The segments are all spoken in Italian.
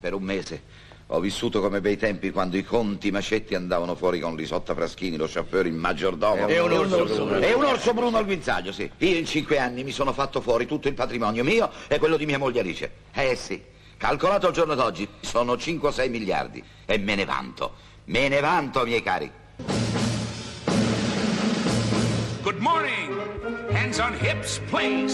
Per un mese ho vissuto come bei tempi quando i conti Macetti andavano fuori con Lisotta Fraschini, lo chauffeur, il maggiordomo e un orso Bruno al guinzaglio, sì. Io in 5 anni mi sono fatto fuori tutto il patrimonio mio e quello di mia moglie Alice. Sì, calcolato al giorno d'oggi sono 5 o 6 miliardi e me ne vanto, miei cari. Good morning. Hands on hips, please.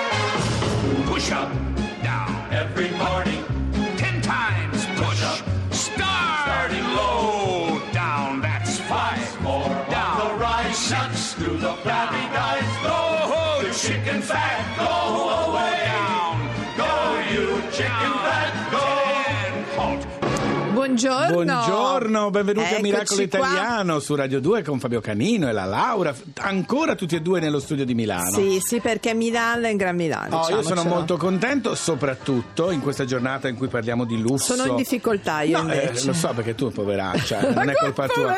Push up, down. Every morning. 10 times push up. Starting low, down. That's 5 more. Down. On the rise, nuts through the flabby guys. Go, chicken fat, go away. Down. Go, you chicken fat, go. And halt. Buongiorno, benvenuti Eccoci a Miracolo Italiano su Radio 2 con Fabio Canino e la Laura, ancora tutti e due nello studio di Milano. Sì, perché Milano è in Gran Milano. Io sono molto contento, soprattutto in questa giornata in cui parliamo di lusso. Sono in difficoltà io invece. Lo so perché tu poveraccia, non è colpa tua.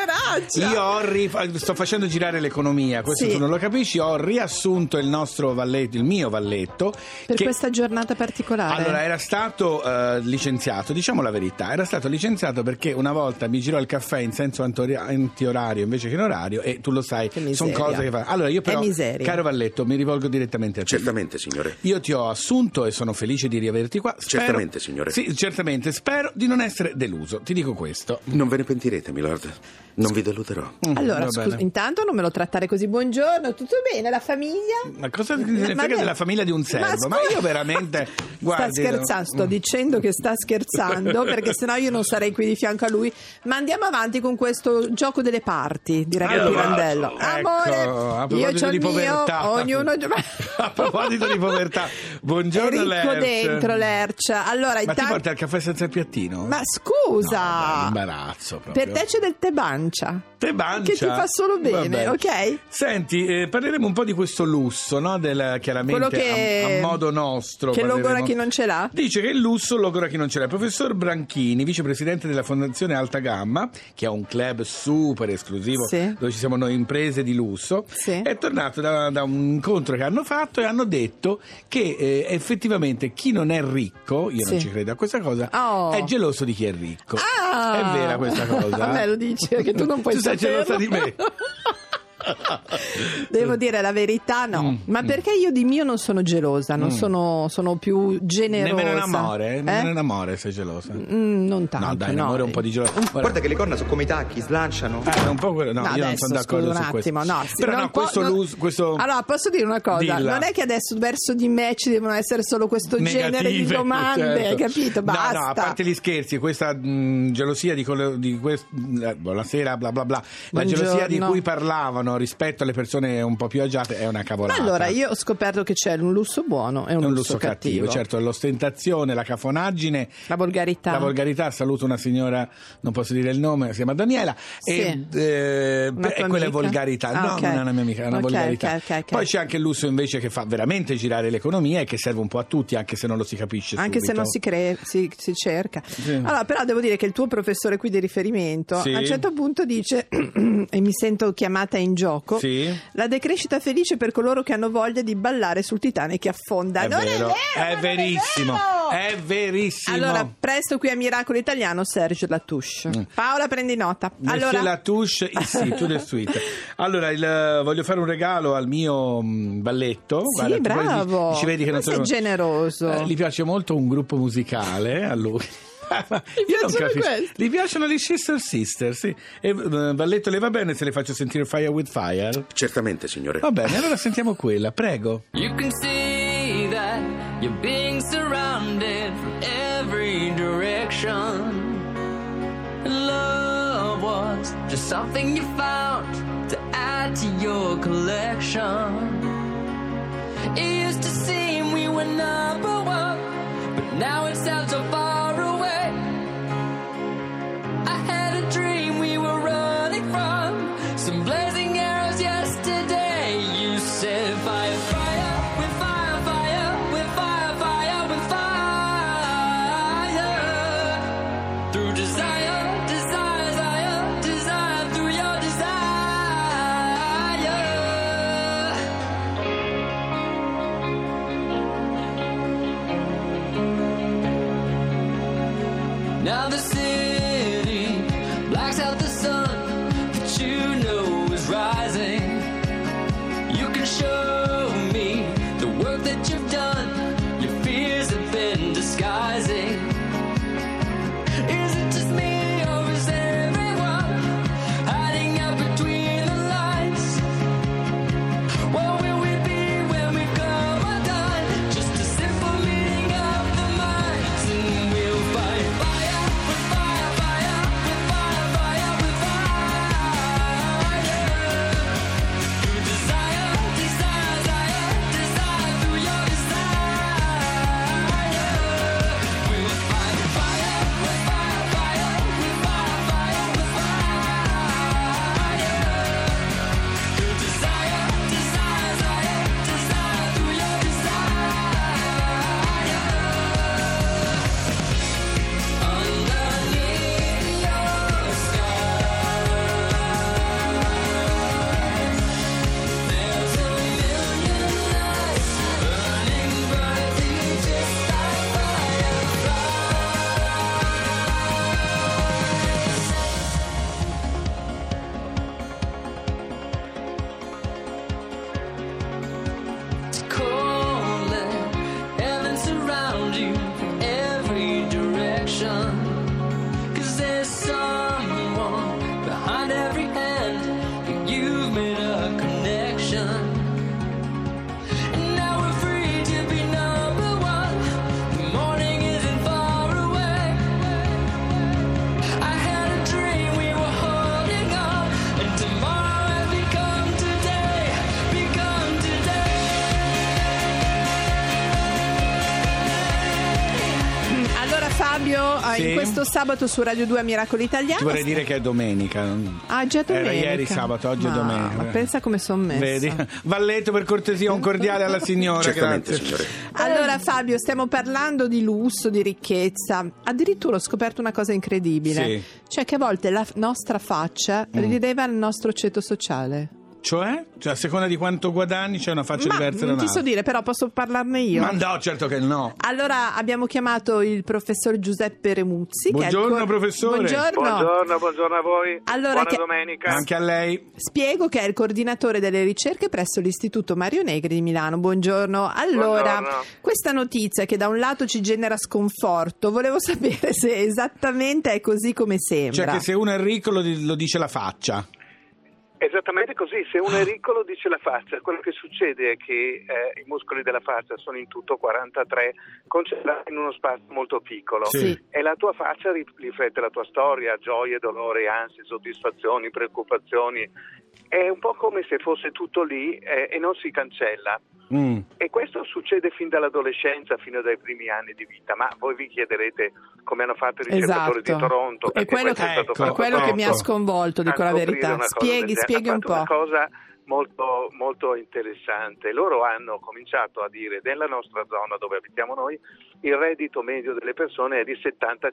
Io sto facendo girare l'economia, questo tu non lo capisci, ho riassunto il mio valletto. Per questa giornata particolare. Allora, era stato licenziato, diciamo la verità, era stato licenziato perché una volta mi girò il caffè in senso antiorario invece che in orario e tu lo sai, sono cose che fa. Allora io però, caro Valletto, mi rivolgo direttamente a te. Certamente, signore. Io ti ho assunto e sono felice di riaverti qua. Certamente, signore. Sì, certamente, spero di non essere deluso, ti dico questo. Non ve ne pentirete, milord. Non vi deluderò. Allora, scusa, intanto non me lo trattare così. Buongiorno, tutto bene? La famiglia? Ma cosa ne frega della famiglia di un servo? Ma io veramente... Guardi, sta scherzando, sto dicendo che sta scherzando perché sennò io non sarei qui di fianco a lui. Ma andiamo avanti con questo gioco delle parti, direbbe Pirandello. Amore, io c'ho il mio, ognuno... A proposito di povertà, buongiorno Lerch. Ricco dentro Lerch. Allora, ma ti porta il caffè senza il piattino? Ma scusa! No, imbarazzo proprio. Per te c'è del tè bancia. Che ti fa solo bene, ok? Senti, parleremo un po' di questo lusso, no? Chiaramente a modo nostro. Che logora chi non ce l'ha? Dice che il lusso logora chi non ce l'ha. Il professor Branchini, vicepresidente della Fondazione Alta Gamma, che ha un club super esclusivo dove ci siamo noi imprese di lusso, è tornato da un incontro che hanno fatto e hanno detto che effettivamente chi non è ricco, io non ci credo a questa cosa, è geloso di chi è ricco. È vera questa cosa? A me lo dici che tu non puoi tu sei gelosa di me. Devo dire la verità, no. Ma perché io di mio non sono gelosa, non sono più generosa. Nemmeno in amore sei gelosa? Non tanto. No, dai, in amore un po' di gelosa. Guarda che le corna sono come i tacchi, slanciano. Un po' quello. No, io non sono d'accordo su questo. Però questo. Allora, posso dire una cosa? Dilla. Non è che adesso verso di me ci devono essere solo questo genere di domande, hai capito? Basta. No, a parte gli scherzi, questa gelosia buonasera, bla bla bla. La gelosia di cui parlavano rispetto alle persone un po' più agiate è una cavolata. Ma allora io ho scoperto che c'è un lusso buono e un lusso cattivo. Certo, l'ostentazione, la cafonaggine, la volgarità. Saluto una signora, non posso dire il nome, si chiama Daniela, e quella è volgarità. Non è una mia amica, è una volgarità. Okay. Poi c'è anche il lusso invece che fa veramente girare l'economia e che serve un po' a tutti, anche se non lo si capisce anche subito. se non si cerca. Allora, però devo dire che il tuo professore qui di riferimento a un certo punto dice e mi sento chiamata in gioco, la decrescita felice per coloro che hanno voglia di ballare sul Titanic che affonda. È verissimo. Allora, presto qui a Miracolo Italiano Serge Latouche. Paola, prendi nota. Monsieur Latouche, to the suite. Allora, voglio fare un regalo al mio balletto. Sì, guarda, bravo. Ci vedi che non sei generoso. Gli piace molto un gruppo musicale a lui. Io non capisco. Gli piacciono gli Sister, sì. E balletto le va bene se le faccio sentire Fire with Fire? Certamente, signore. Va bene, allora sentiamo quella, prego. You can see that you're being surrounded from every direction. Love was just something you found to add to your collection. It used to seem we were number one, but now it sounds so far away. I had a dream we were running from some blazing arrows yesterday. You said fire, fire, with fire, fire, with fire, fire, with fire. Through desire, desire, desire, desire, through your desire. Now the city blacks out the sun that you know is rising. You can show me the work that you've done, your fears have been disguising. Is it just me or is everyone hiding out between the lines? What will we be when we come undone? Just a simple meeting of the minds, and we'll fight fire with fire, fire with fire, fire with fire. Through desire, desire, desire, desire, through your desire. We'll fight fire with fire, fire with fire, fire with fire. Through desire, desire, desire, desire, through your desire. Underneath your skies, there's a million lights burning brightly, just like fireflies. Calling, heaven surround you from every direction. 'Cause there's someone behind every hand, and you've made a connection. And now we're free to be number one. The morning isn't far away. I had a dream we were holding on, and tomorrow has become today, become today. Allora Fabio, Sì. in questo sabato su Radio 2 a Miracolo Italiano. Ti vorrei dire che è domenica. Ah, già domenica. Era ieri sabato, oggi è domenica. Ma pensa come sono messa. Vedi? Valletto, per cortesia, un cordiale alla signora. Certamente, Grazie. signore. Allora Fabio, stiamo parlando di lusso, di ricchezza. Addirittura ho scoperto una cosa incredibile. Sì. Cioè che a volte la nostra faccia rileva il nostro ceto sociale. Cioè? A seconda di quanto guadagni c'è una faccia Ma diversa da non ti un'altra. so dire, però posso parlarne io. Ma no, certo che no. Allora abbiamo chiamato il professor Giuseppe Remuzzi. Buongiorno, professore. Buongiorno. Buongiorno a voi. Allora, Buona che- domenica. Anche a lei. Spiego che è il coordinatore delle ricerche presso l'Istituto Mario Negri di Milano. Buongiorno. Allora, Buongiorno. questa notizia che da un lato ci genera sconforto, volevo sapere se esattamente è così come sembra. Cioè che se uno è ricco lo dice la faccia. Esattamente così, se uno è ricco lo dice la faccia. Quello che succede è che i muscoli della faccia sono in tutto 43, concentrati in uno spazio molto piccolo. Sì. E la tua faccia riflette la tua storia, gioie, dolore, ansie, soddisfazioni, preoccupazioni. È un po' come se fosse tutto lì e non si cancella. E questo succede fin dall'adolescenza, fino dai primi anni di vita. Ma voi vi chiederete come hanno fatto i ricercatori di Toronto. È quello, questo è stato fatto quello che mi ha sconvolto, dico la verità. Spieghi un po'. Una cosa molto, molto interessante. Loro hanno cominciato a dire: nella nostra zona dove abitiamo noi il reddito medio delle persone è di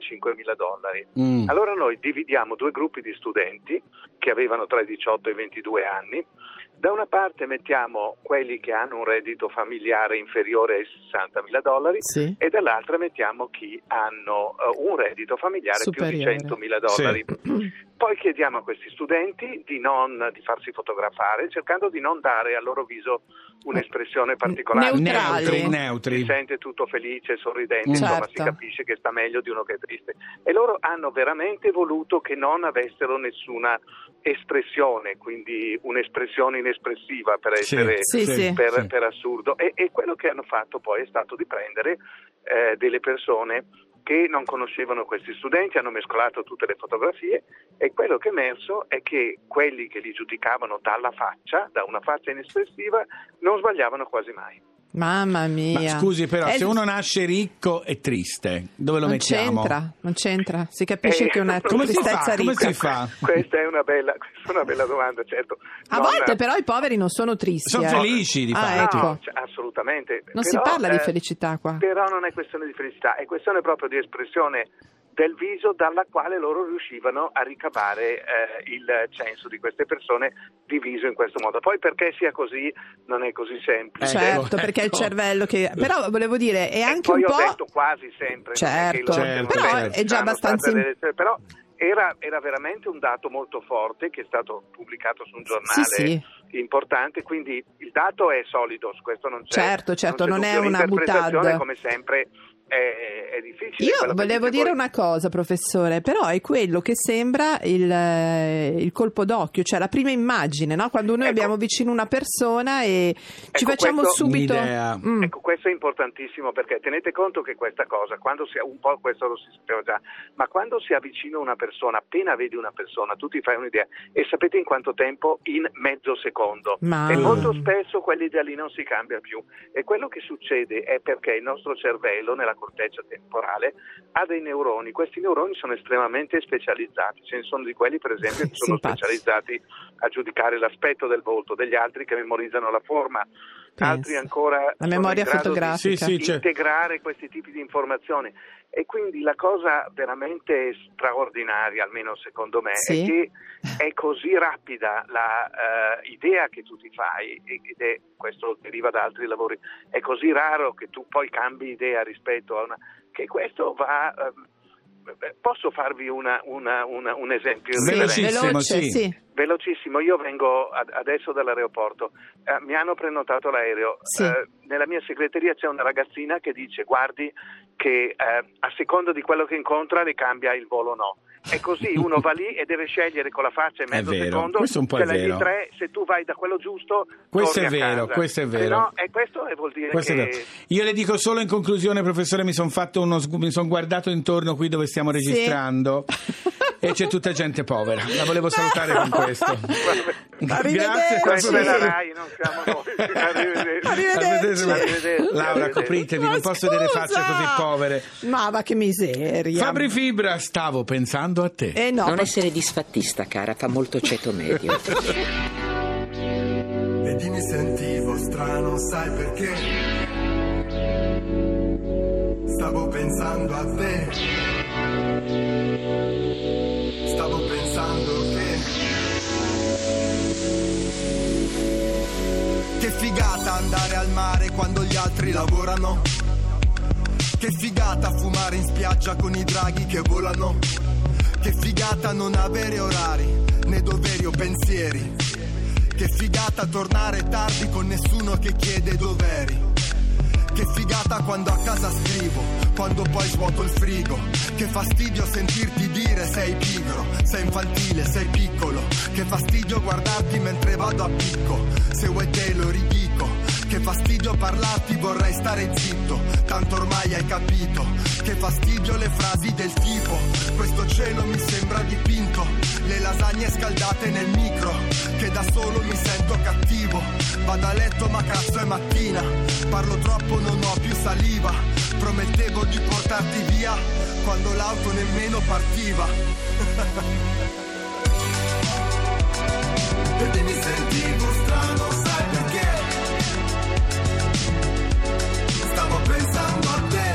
$75.000. Allora noi dividiamo due gruppi di studenti che avevano tra i 18 e i 22 anni. Da una parte mettiamo quelli che hanno un reddito familiare inferiore ai $60.000 Sì. e dall'altra mettiamo chi hanno un reddito familiare Superiore. più di $100.000. Sì. Poi chiediamo a questi studenti di farsi fotografare, cercando di non dare al loro viso un'espressione particolare. Neutri. Si sente tutto felice, sorridente, Certo. insomma si capisce che sta meglio di uno che è triste. E loro hanno veramente voluto che non avessero nessuna espressione, quindi un'espressione inespressiva per essere per assurdo. E quello che hanno fatto poi è stato di prendere delle persone che non conoscevano questi studenti, hanno mescolato tutte le fotografie e quello che è emerso è che quelli che li giudicavano dalla faccia, da una faccia inespressiva, non sbagliavano quasi mai. Mamma mia. Ma scusi, però, se uno nasce ricco e triste, dove lo mettiamo? Non c'entra. Si capisce che è una tristezza ricca. Come si fa? Questa è una bella domanda, certo. A volte però i poveri non sono tristi. Sono felici di fatto. Ecco. No, assolutamente. Non si parla di felicità qua. Però non è questione di felicità, è questione proprio di espressione del viso dalla quale loro riuscivano a ricavare il censo di queste persone diviso in questo modo. Poi perché sia così non è così semplice. Certo, perché è il cervello che... Però volevo dire, è anche poi un po'... Poi ho detto quasi sempre. Certo, però è già abbastanza... Però era veramente un dato molto forte che è stato pubblicato su un giornale importante, quindi il dato è solido, su questo non c'è. Certo, non è una buttata. Come sempre è difficile. Io volevo dire una cosa, professore, però è quello che sembra il colpo d'occhio, cioè la prima immagine, no? Quando noi abbiamo vicino una persona e ci facciamo subito Ecco, questo è importantissimo, perché tenete conto che questa cosa, quando si un po' questo lo si sapeva già, ma quando si avvicina una persona, appena vedi una persona, tu ti fai un'idea, e sapete in quanto tempo? In mezzo secondo. E molto spesso quell'idea lì non si cambia più, e quello che succede è perché il nostro cervello nella corteccia temporale ha dei neuroni. Questi neuroni sono estremamente specializzati, ce ne sono di quelli per esempio che sono specializzati a giudicare l'aspetto del volto, degli altri che memorizzano la forma, altri ancora la memoria fotografica, integrare questi tipi di informazioni. E quindi la cosa veramente straordinaria, almeno secondo me, è che è così rapida la idea che tu ti fai, ed è, questo deriva da altri lavori, è così raro che tu poi cambi idea rispetto a una, che questo va... Posso farvi un esempio? Velocissimo. Io vengo adesso dall'aeroporto, mi hanno prenotato l'aereo, nella mia segreteria c'è una ragazzina che dice: guardi che a seconda di quello che incontra le cambia il volo o no. È così, uno va lì e deve scegliere con la faccia in mezzo secondo, questo è un po' vero. Se tu vai da quello giusto, questo è vero, questo è vero. No, e questo vuol dire che... Io le dico solo in conclusione, professore, mi sono guardato intorno qui dove stiamo registrando e c'è tutta gente povera. La volevo salutare con questo. Grazie. Questa è la Rai, non siamo noi. Arrivederci. Laura, copritevi, non posso vedere facce così povere. Ma che miseria. Fabri Fibra, stavo pensando a te. Non essere disfattista, cara, fa molto ceto medio. Ed mi sentivo strano, sai perché? Stavo pensando a te. Stavo pensando che figata andare al mare quando gli altri lavorano. Che figata fumare in spiaggia con i draghi che volano. Che figata non avere orari, né doveri o pensieri. Che figata tornare tardi con nessuno che chiede dov'eri. Che figata quando a casa scrivo, quando poi svuoto il frigo. Che fastidio sentirti dire sei pigro, sei infantile, sei piccolo. Che fastidio guardarti mentre vado a picco, se vuoi te lo ridico. Che fastidio parlarti, vorrei stare zitto, tanto ormai hai capito. Che fastidio le frasi del tipo: questo cielo mi sembra dipinto. Le lasagne scaldate nel micro, che da solo mi sento cattivo. Vado a letto ma cazzo è mattina, parlo troppo, non ho più saliva. Promettevo di portarti via quando l'auto nemmeno partiva. E mi sentivo strano, sai perché? Stavo pensando a te.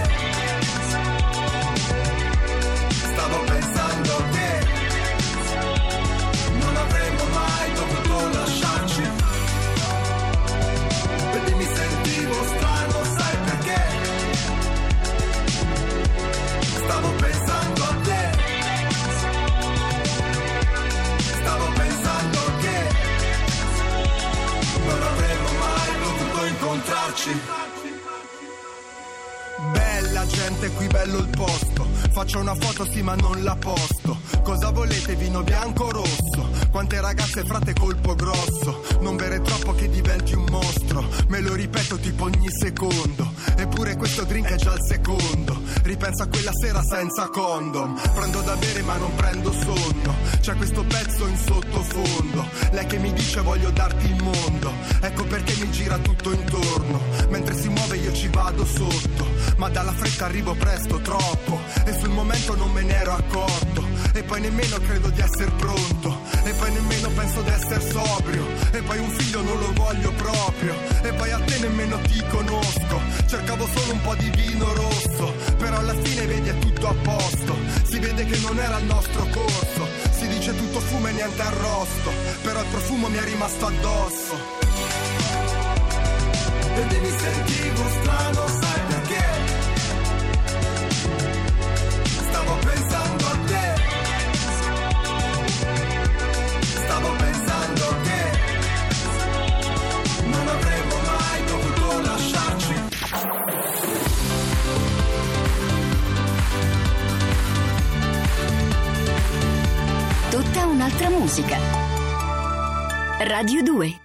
Stavo pensando che non avremmo mai dovuto lasciarci. E mi sentivo strano, sai perché? Stavo pensando a te. Stavo pensando che non avremmo mai dovuto incontrarci. Bella gente qui, bello il posto. Faccio una foto sì ma non la posto. Cosa volete, vino bianco o rosso? Quante ragazze frate colpo grosso. Non bere troppo che diventi un mostro. Me lo ripeto tipo ogni secondo. Eppure questo drink è già il secondo. Ripenso a quella sera senza condom. Prendo da bere ma non prendo sonno. C'è questo pezzo in sottofondo. Lei che mi dice voglio darti il mondo. Ecco perché mi gira tutto intorno. Mentre si muove io ci vado sotto. Ma dalla fretta arrivo presto, troppo. E sul momento non me ne ero accorto. E e poi nemmeno credo di essere pronto, e poi nemmeno penso di essere sobrio, e poi un figlio non lo voglio proprio, e poi a te nemmeno ti conosco. Cercavo solo un po' di vino rosso, però alla fine vedi è tutto a posto. Si vede che non era il nostro corso, si dice tutto fumo e niente arrosto, però il profumo mi è rimasto addosso. E mi sentivo strano, sai perché? Stavo pensando a te, stavo pensando che non avremmo mai dovuto lasciarci. Tutta un'altra musica. Radio 2.